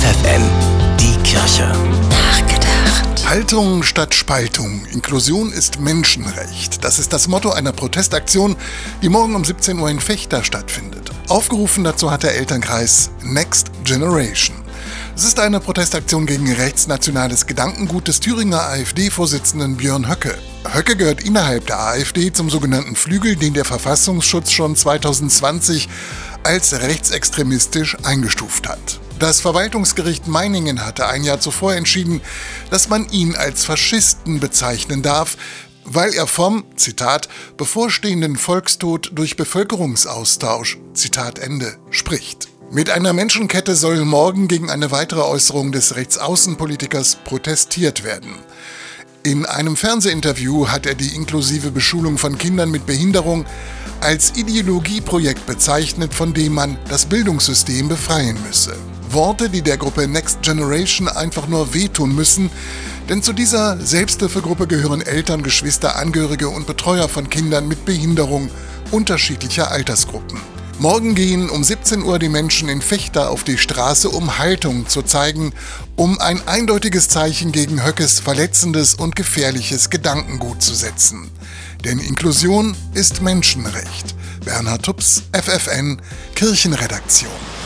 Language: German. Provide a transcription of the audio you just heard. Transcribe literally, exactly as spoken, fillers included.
F F N, die Kirche. Nachgedacht. Haltung statt Spaltung. Inklusion ist Menschenrecht. Das ist das Motto einer Protestaktion, die morgen um siebzehn Uhr in Vechta stattfindet. Aufgerufen dazu hat der Elternkreis Next Generation. Es ist eine Protestaktion gegen rechtsnationales Gedankengut des Thüringer A f D-Vorsitzenden Björn Höcke. Höcke gehört innerhalb der A f D zum sogenannten Flügel, den der Verfassungsschutz schon zweitausendzwanzig als rechtsextremistisch eingestuft hat. Das Verwaltungsgericht Meiningen hatte ein Jahr zuvor entschieden, dass man ihn als Faschisten bezeichnen darf, weil er vom, Zitat, bevorstehenden Volkstod durch Bevölkerungsaustausch, Zitat Ende, spricht. Mit einer Menschenkette soll morgen gegen eine weitere Äußerung des Rechtsaußenpolitikers protestiert werden. In einem Fernsehinterview hat er die inklusive Beschulung von Kindern mit Behinderung als Ideologieprojekt bezeichnet, von dem man das Bildungssystem befreien müsse. Worte, die der Gruppe Next Generation einfach nur wehtun müssen, denn zu dieser Selbsthilfegruppe gehören Eltern, Geschwister, Angehörige und Betreuer von Kindern mit Behinderung unterschiedlicher Altersgruppen. Morgen gehen um siebzehn Uhr die Menschen in Vechta auf die Straße, um Haltung zu zeigen, um ein eindeutiges Zeichen gegen Höckes verletzendes und gefährliches Gedankengut zu setzen. Denn Inklusion ist Menschenrecht. Bernhard Tubbs, F F N, Kirchenredaktion.